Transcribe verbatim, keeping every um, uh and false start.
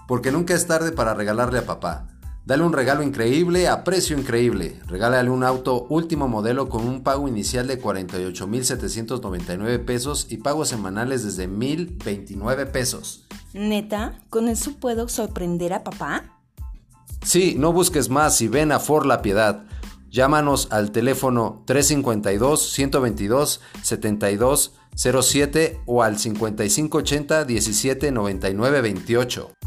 porque nunca es tarde para regalarle a papá. Dale un regalo increíble a precio increíble. Regálale un auto último modelo con un pago inicial de cuarenta y ocho mil setecientos noventa y nueve pesos y pagos semanales desde mil veintinueve pesos. ¿Neta? ¿Con eso puedo sorprender a papá? Sí, no busques más y ven a Ford La Piedad. Llámanos al teléfono tres cinco dos, uno dos dos, siete dos cero siete o al cincuenta y cinco ochenta, diecisiete noventa y nueve veintiocho.